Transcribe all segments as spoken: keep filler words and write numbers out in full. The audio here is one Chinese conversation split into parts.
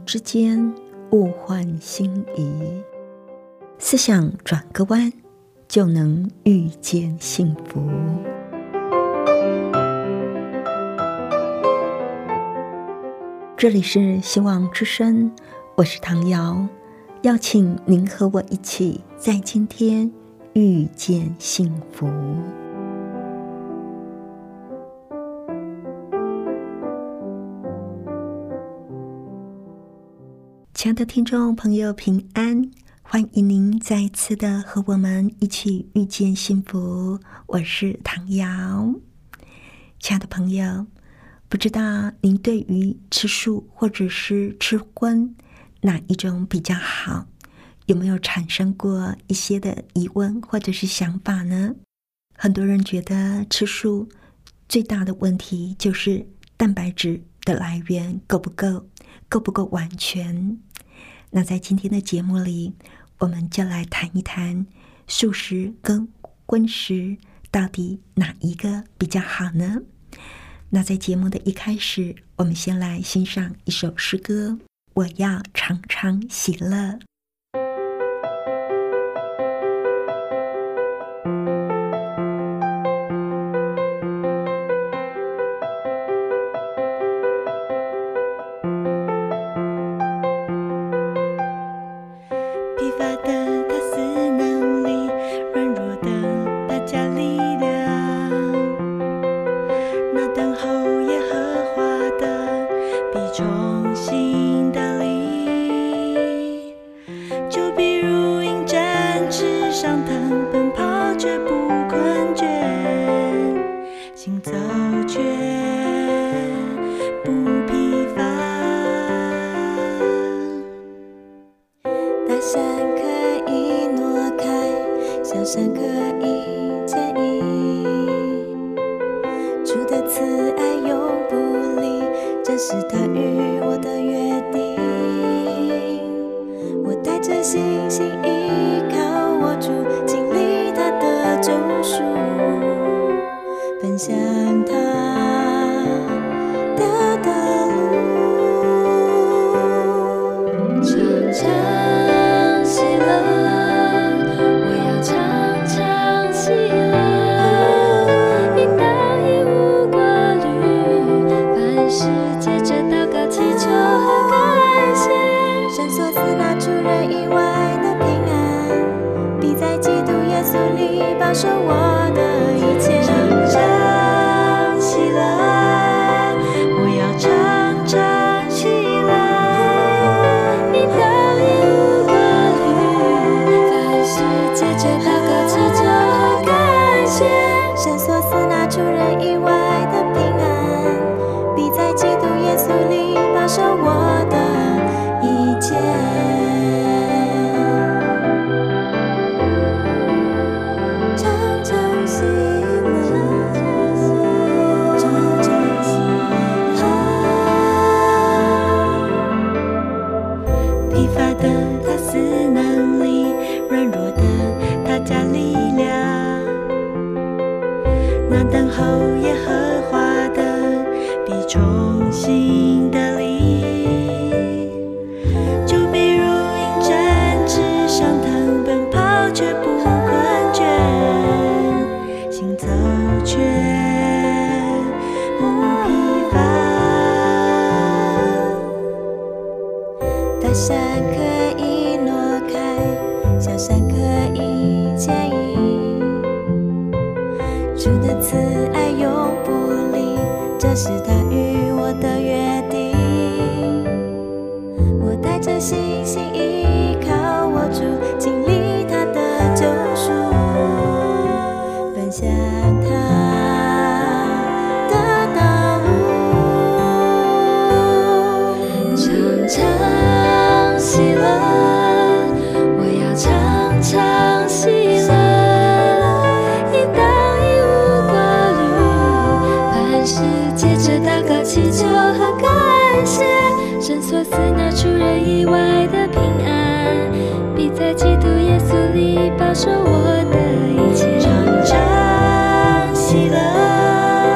之间，物换星移，思想转个弯，就能遇见幸福。这里是希望之声，我是唐瑶，邀请您和我一起在今天遇见幸福。亲爱的听众朋友平安，欢迎您再一次的和我们一起遇见幸福，我是唐瑶。亲爱的朋友，不知道您对于吃素或者是吃荤哪一种比较好，有没有产生过一些的疑问或者是想法呢？很多人觉得吃素最大的问题就是蛋白质的来源够不够，够不够完全。那在今天的节目里，我们就来谈一谈素食跟荤食到底哪一个比较好呢？那在节目的一开始，我们先来欣赏一首诗歌，我要常常喜乐。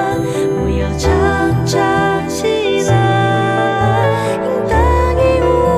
我要常常喜乐，应当以无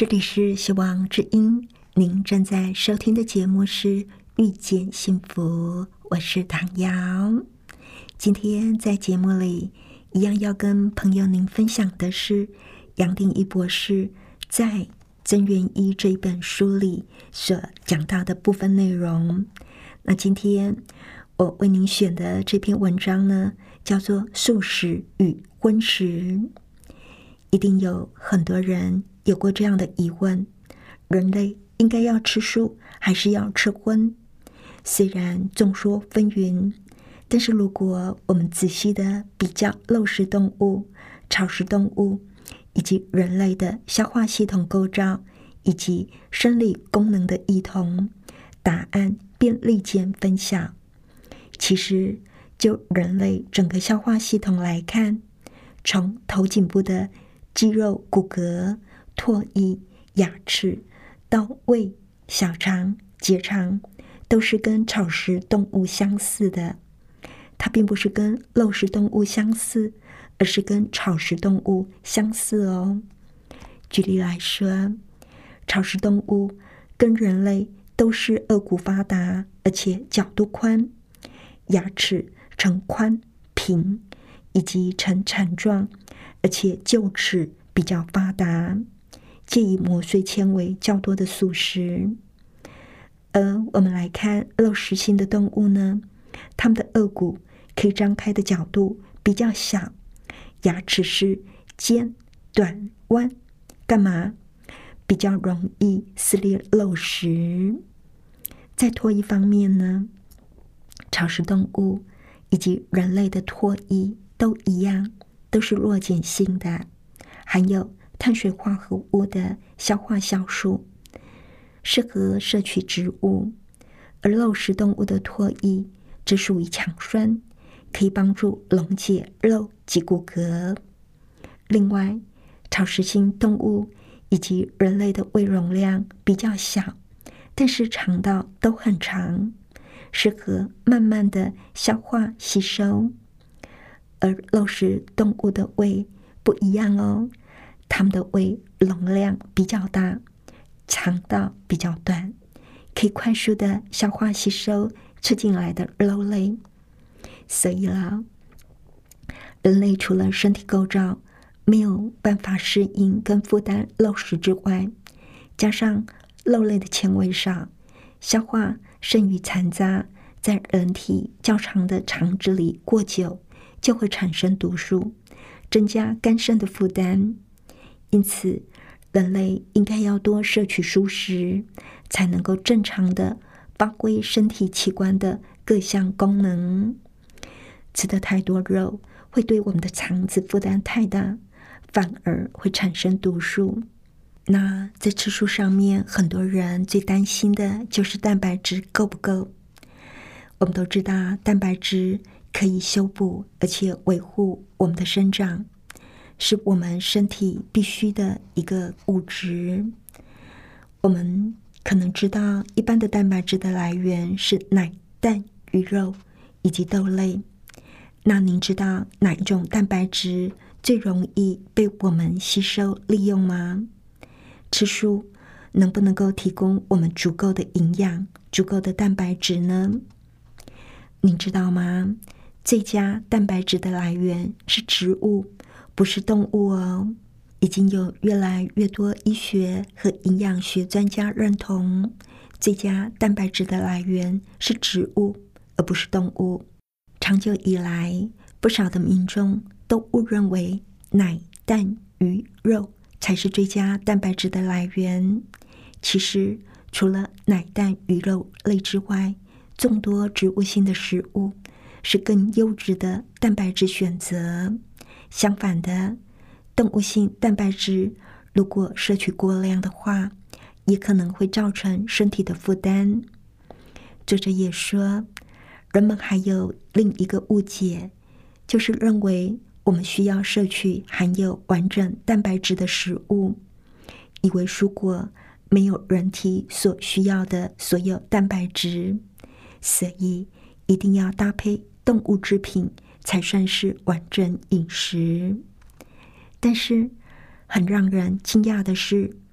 这里是希望之音，您正在收听的节目是遇见幸福，我是唐瑶。今天在节目里一样要跟朋友您分享的是杨定一博士在《增元一》这一本书里所讲到的部分内容。那今天我为您选的这篇文章呢，叫做《素食与荤食》。一定有很多人有过这样的疑问：人类应该要吃素还是要吃荤？虽然众说纷纭，但是如果我们仔细的比较肉食动物、草食动物以及人类的消化系统构造以及生理功能的异同，答案便立见分晓。其实就人类整个消化系统来看，从头颈部的肌肉、骨骼、唾液、牙齿到胃、小肠、结肠，都是跟草食动物相似的。它并不是跟肉食动物相似，而是跟草食动物相似哦。举例来说，草食动物跟人类都是颚骨发达，而且角度宽，牙齿呈宽平以及呈铲状，而且臼齿比较发达，借以磨碎纤维较多的素食。而我们来看肉食性的动物呢，它们的颚骨可以张开的角度比较小，牙齿是尖、短、弯，干嘛？比较容易撕裂肉食。在唾液方面呢，草食动物以及人类的唾液都一样，都是弱碱性的，含有碳水化合物的消化酵素，适合摄取植物。而肉食动物的唾液则属于强酸，可以帮助溶解肉及骨骼。另外，草食性动物以及人类的胃容量比较小，但是肠道都很长，适合慢慢的消化吸收。而肉食动物的胃不一样哦，它们的胃容量比较大，肠道比较短，可以快速的消化吸收吃进来的肉类。所以啦，人类除了身体构造没有办法适应跟负担肉食之外，加上肉类的纤维少，消化剩余残渣在人体较长的肠子里过久，就会产生毒素，增加肝肾的负担。因此人类应该要多摄取蔬食，才能够正常的发挥身体器官的各项功能。吃得太多肉会对我们的肠子负担太大，反而会产生毒素。那在吃素上面，很多人最担心的就是蛋白质够不够。我们都知道蛋白质可以修补而且维护我们的生长，是我们身体必须的一个物质。我们可能知道一般的蛋白质的来源是奶、蛋、鱼肉以及豆类。那您知道哪一种蛋白质最容易被我们吸收利用吗？吃素能不能够提供我们足够的营养、足够的蛋白质呢？您知道吗？最佳蛋白质的来源是植物，不是动物哦。已经有越来越多医学和营养学专家认同，最佳蛋白质的来源是植物，而不是动物。长久以来，不少的民众都误认为奶、蛋、鱼、肉才是最佳蛋白质的来源。其实，除了奶、蛋、鱼肉类之外，众多植物性的食物是更优质的蛋白质选择。相反的，动物性蛋白质如果摄取过量的话，也可能会造成身体的负担。作者也说，人们还有另一个误解，就是认为我们需要摄取含有完整蛋白质的食物，以为蔬果没有人体所需要的所有蛋白质，所以一定要搭配动物制品才算是完整饮食。但是很让人惊讶的是，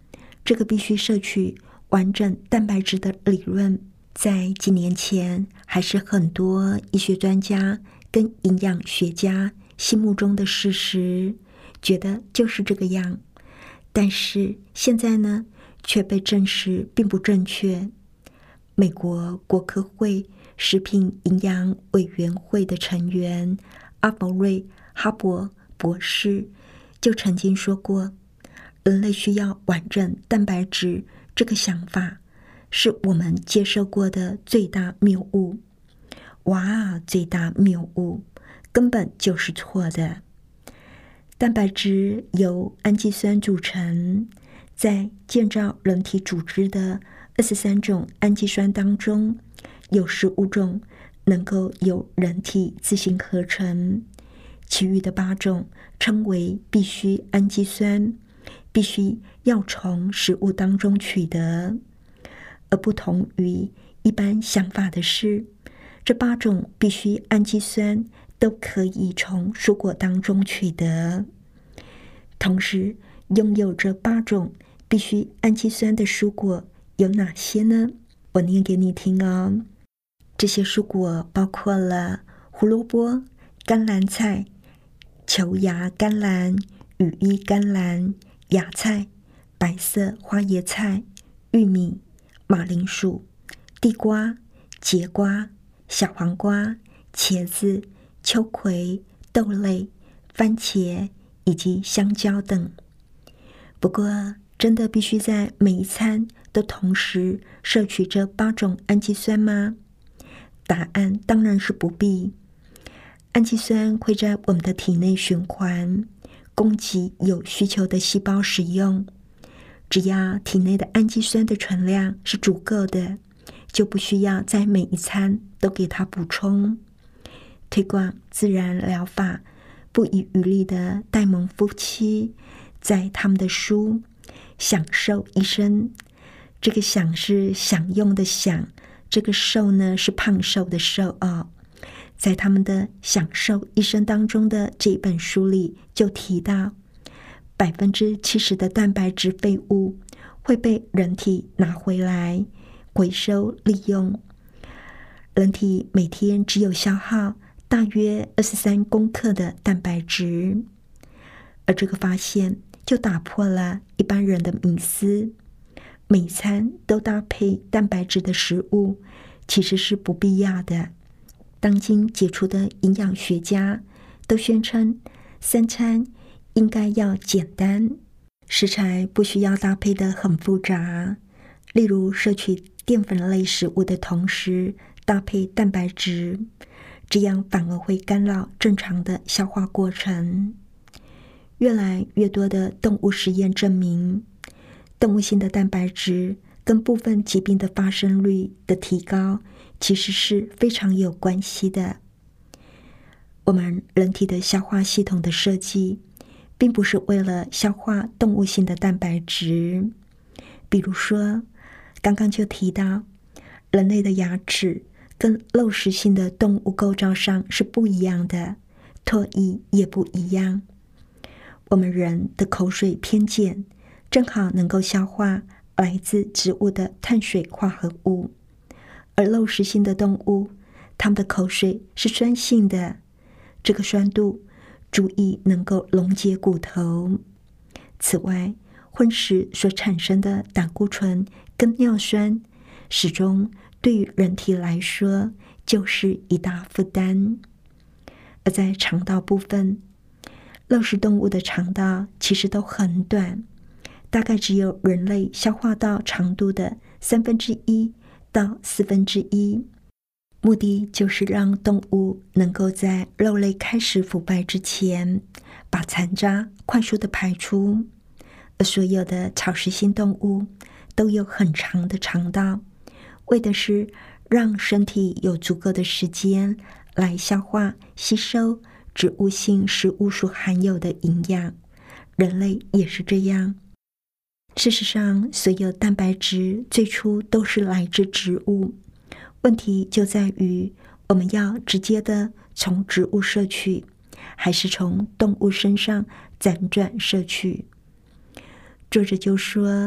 这个必须摄取完整蛋白质的理论，在几年前还是很多医学专家跟营养学家心目中的事实，觉得就是这个样。但是现在呢，却被证实并不正确。美国国科会食品营养委员会的成员阿伯瑞哈伯博士就曾经说过，人类需要完整蛋白质这个想法是我们接受过的最大谬误。哇，最大谬误，根本就是错的。蛋白质由氨基酸组成，在建造人体组织的二十三种氨基酸当中，有十五种能够由人体自行合成，其余的八种称为必需氨基酸，必须要从食物当中取得。而不同于一般想法的是，这八种必需氨基酸都可以从蔬果当中取得。同时，拥有这八种必需氨基酸的蔬果有哪些呢？我念给你听哦。这些蔬果包括了胡萝卜、甘蓝菜、球芽甘蓝、羽衣甘蓝、芽菜、白色花椰菜、玉米、马铃薯、地瓜、节瓜、小黄瓜、茄子、秋葵、豆类、番茄以及香蕉等。不过，真的必须在每一餐都同时摄取这八种氨基酸吗？答案当然是不必。氨基酸会在我们的体内循环，供给有需求的细胞使用。只要体内的氨基酸的存量是足够的，就不需要在每一餐都给它补充。推广自然疗法不遗余力的戴蒙夫妻，在他们的书《享受一生》，这个享是享用的享，这个瘦呢是胖瘦的瘦哦。在他们的《享受一生》当中的这一本书里，就提到百分之七十的蛋白质废物会被人体拿回来回收利用。人体每天只有消耗大约二十三公克的蛋白质，而这个发现就打破了一般人的迷思，每餐都搭配蛋白质的食物其实是不必要的。当今杰出的营养学家都宣称，三餐应该要简单，食材不需要搭配得很复杂，例如摄取淀粉类食物的同时搭配蛋白质，这样反而会干扰正常的消化过程。越来越多的动物实验证明，动物性的蛋白质跟部分疾病的发生率的提高其实是非常有关系的。我们人体的消化系统的设计并不是为了消化动物性的蛋白质，比如说刚刚就提到人类的牙齿跟肉食性的动物构造上是不一样的，唾液也不一样。我们人的口水偏碱，正好能够消化来自植物的碳水化合物，而肉食性的动物，它们的口水是酸性的，这个酸度足以能够溶解骨头。此外，荤食所产生的胆固醇跟尿酸，始终对于人体来说就是一大负担。而在肠道部分，肉食动物的肠道其实都很短，大概只有人类消化道长度的三分之一到四分之一。目的就是让动物能够在肉类开始腐败之前，把残渣快速的排出。而所有的草食性动物都有很长的肠道，为的是让身体有足够的时间来消化吸收植物性食物所含有的营养。人类也是这样。事实上，所有蛋白质最初都是来自植物，问题就在于我们要直接的从植物摄取，还是从动物身上辗转摄取。作者就说，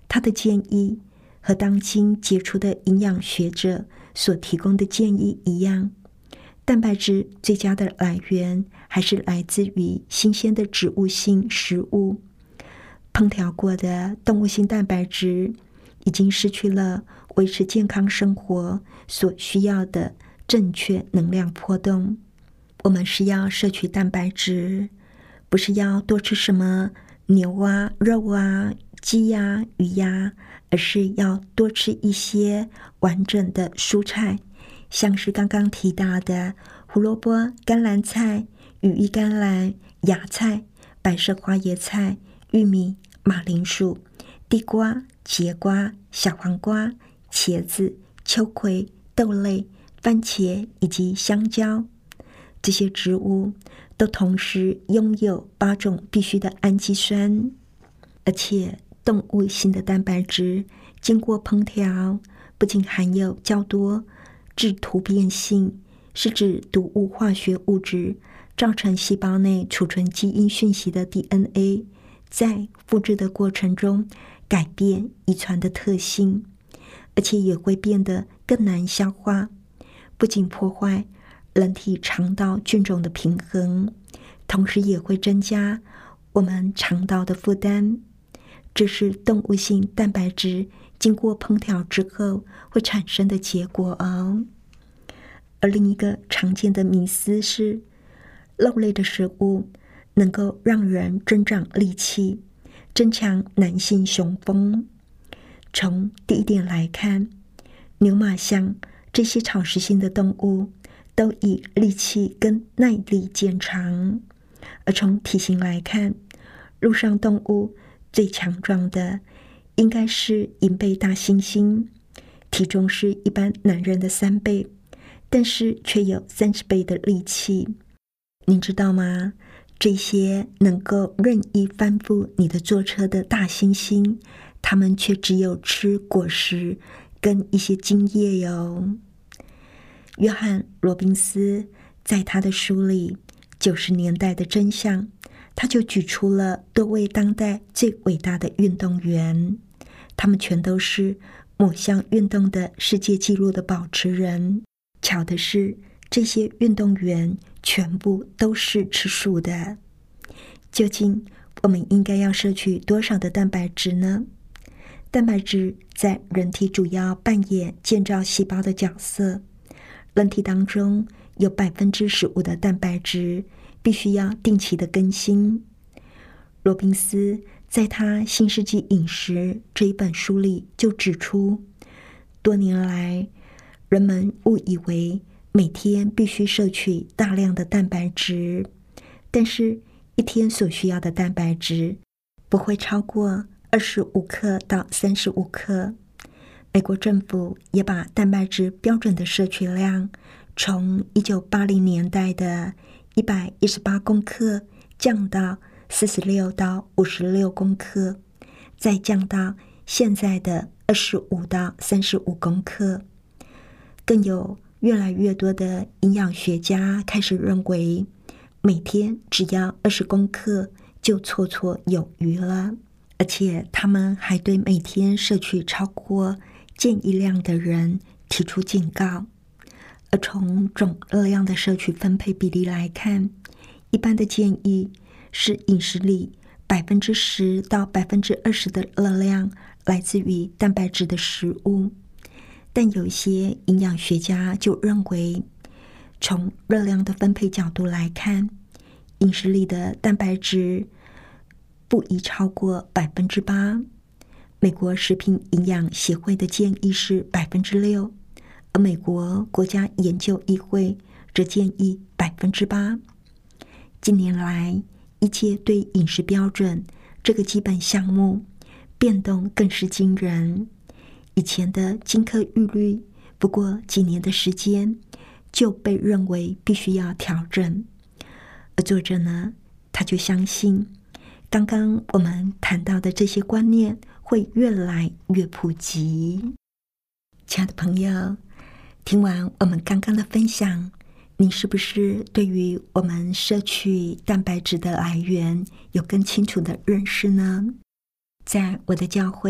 他的建议和当今杰出的营养学者所提供的建议一样，蛋白质最佳的来源还是来自于新鲜的植物性食物。烹调过的动物性蛋白质已经失去了维持健康生活所需要的正确能量波动。我们是要摄取蛋白质，不是要多吃什么牛啊、肉啊、鸡呀、鱼呀，而是要多吃一些完整的蔬菜，像是刚刚提到的胡萝卜、甘蓝菜、羽衣甘蓝、芽菜、白色花椰菜、玉米、马铃薯、地瓜、节瓜、小黄瓜、茄子、秋葵、豆类、番茄以及香蕉。这些植物都同时拥有八种必需的氨基酸，而且动物性的蛋白质经过烹调，不仅含有较多致突变性，是指毒物化学物质造成细胞内储存基因讯息的 D N A 在复制的过程中改变遗传的特性，而且也会变得更难消化，不仅破坏人体肠道菌种的平衡，同时也会增加我们肠道的负担。这是动物性蛋白质经过烹调之后会产生的结果哦。而另一个常见的迷思是，肉类的食物能够让人增长力气，增强男性雄风。从第一点来看，牛、马、象这些草食性的动物都以力气跟耐力见长。而从体型来看，陆上动物最强壮的应该是银背大猩猩，体重是一般男人的三倍，但是却有三十倍的力气。您知道吗？这些能够任意翻覆你的坐车的大猩猩，它们却只有吃果实跟一些茎叶哟。约翰·罗宾斯在他的书里《九十年代的真相》，他就举出了多位当代最伟大的运动员，他们全都是某项运动的世界纪录的保持人。巧的是，这些运动员全部都是吃素的。究竟我们应该要摄取多少的蛋白质呢？蛋白质在人体主要扮演建造细胞的角色。人体当中有百分之十五的蛋白质必须要定期的更新。罗宾斯在他《新世纪饮食》这一本书里就指出，多年来人们误以为每天必须摄取大量的蛋白质，但是一天所需要的蛋白质不会超过二十五克到三十五克。美国政府也把蛋白质标准的摄取量从一九八零年代的一百一十八公克降到四十六到五十六公克，再降到现在的二十五到三十五公克。更有越来越多的营养学家开始认为，每天只要二十公克就绰绰有余了，而且他们还对每天摄取超过建议量的人提出警告。而从总热量的摄取分配比例来看，一般的建议是饮食里百分之十到百分之二十的热量来自于蛋白质的食物。但有一些营养学家就认为，从热量的分配角度来看，饮食里的蛋白质不宜超过百分之八。美国食品营养协会的建议是百分之六，而美国国家研究议会则建议百分之八。近年来，一切对饮食标准这个基本项目变动更是惊人。以前的金科玉律，不过几年的时间就被认为必须要调整。而作者呢，他就相信刚刚我们谈到的这些观念会越来越普及。亲爱的朋友，听完我们刚刚的分享，你是不是对于我们摄取蛋白质的来源有更清楚的认识呢？在我的教会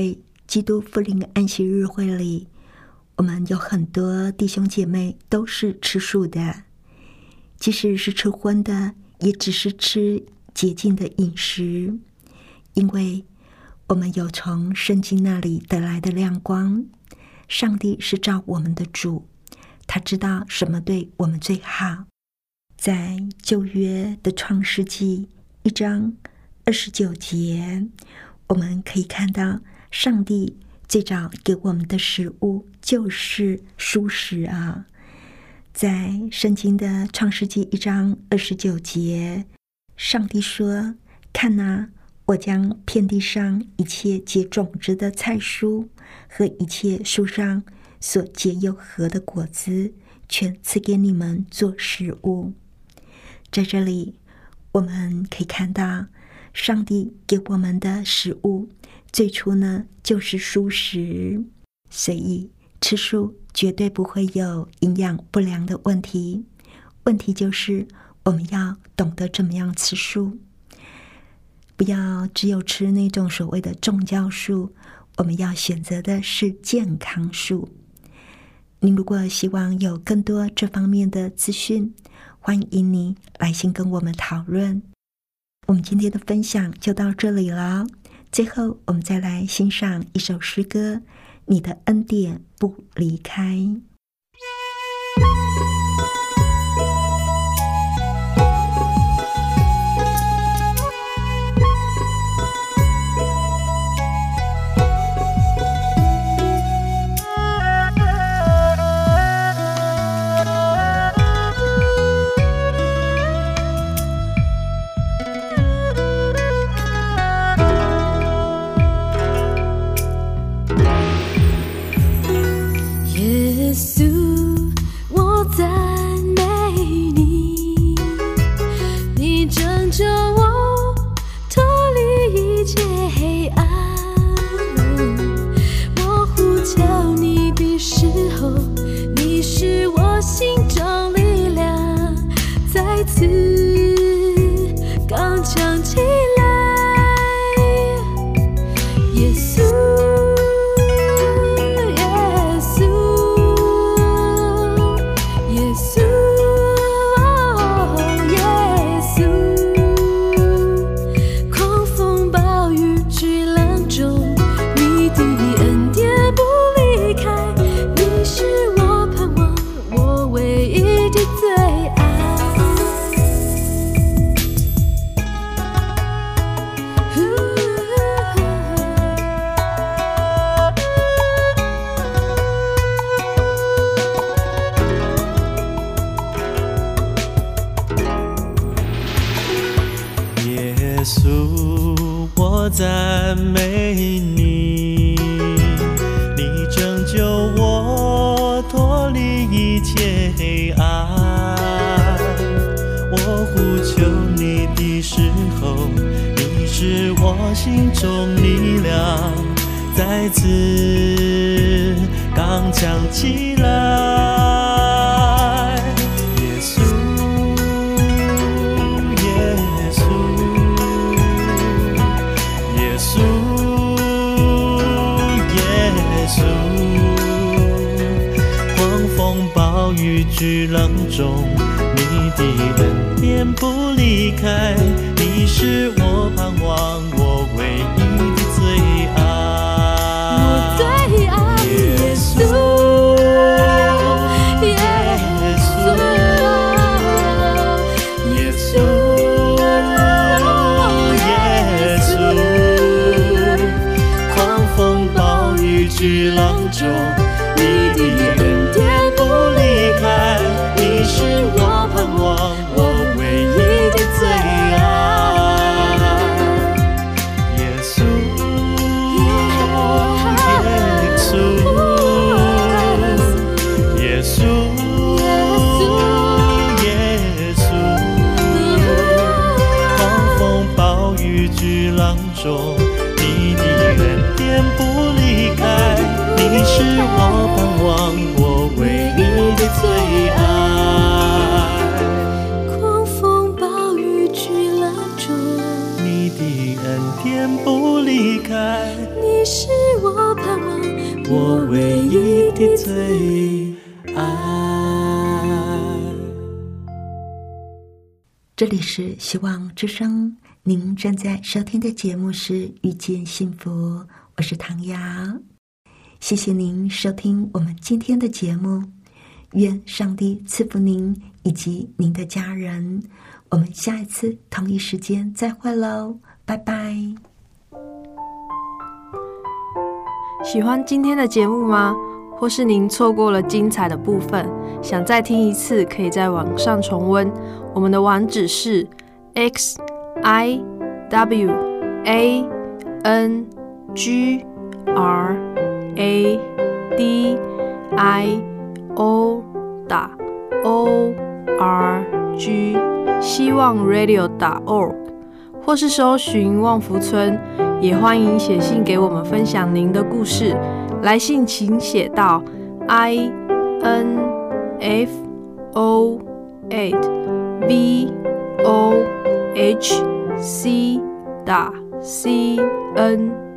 基督复临安息日会里，我们有很多弟兄姐妹都是吃素的，即使是吃荤的，也只是吃洁净的饮食，因为我们有从圣经那里得来的亮光。上帝是照我们的主，他知道什么对我们最好。在旧约的创世纪一章二十九节，我们可以看到上帝最早给我们的食物就是蔬食啊。在圣经的创世纪一章二十九节，上帝说：看啊，我将遍地上一切结种子的菜蔬和一切树上所结有核的果子，全赐给你们做食物。在这里我们可以看到，上帝给我们的食物最初呢就是蔬食，所以吃素绝对不会有营养不良的问题。问题就是我们要懂得怎么样吃素，不要只有吃那种所谓的宗教素，我们要选择的是健康素。您如果希望有更多这方面的资讯，欢迎你来信跟我们讨论。我们今天的分享就到这里了，最后我们再来欣赏一首诗歌，你的恩典不离开。 耶稣，我赞美你，你拯救我脱离一切黑暗。我呼求你的时候，你是我心中力量，再次刚强起来。耶稣， 赞美你，你拯救我脱离一切黑暗。我呼求你的时候，你是我心中力量，再次刚强起来。耶稣，耶稣。暴雨巨浪中，你的恩典不离开，你是我盼望，我唯一的最爱。 我最爱耶稣，耶稣，耶稣，耶稣。狂风暴雨巨浪中，你的恩典你是我盼望，我唯一的最爱。 这里是希望之声，您正在收听的节目是遇见幸福，我是唐瑶。谢谢您收听我们今天的节目，愿上帝赐福您以及您的家人。我们下一次同一时间再会喽，拜拜。 喜欢今天的节目吗？或是您错过了精彩的部分，想再听一次，可以在网上重温。我们的网址是 x i w a n g r a d i o 打 o r g 希望 radio 打 org， 或是搜寻旺福村，也欢迎写信给我们分享您的故事。来信请写到 i n f o at v o h c 打 c n。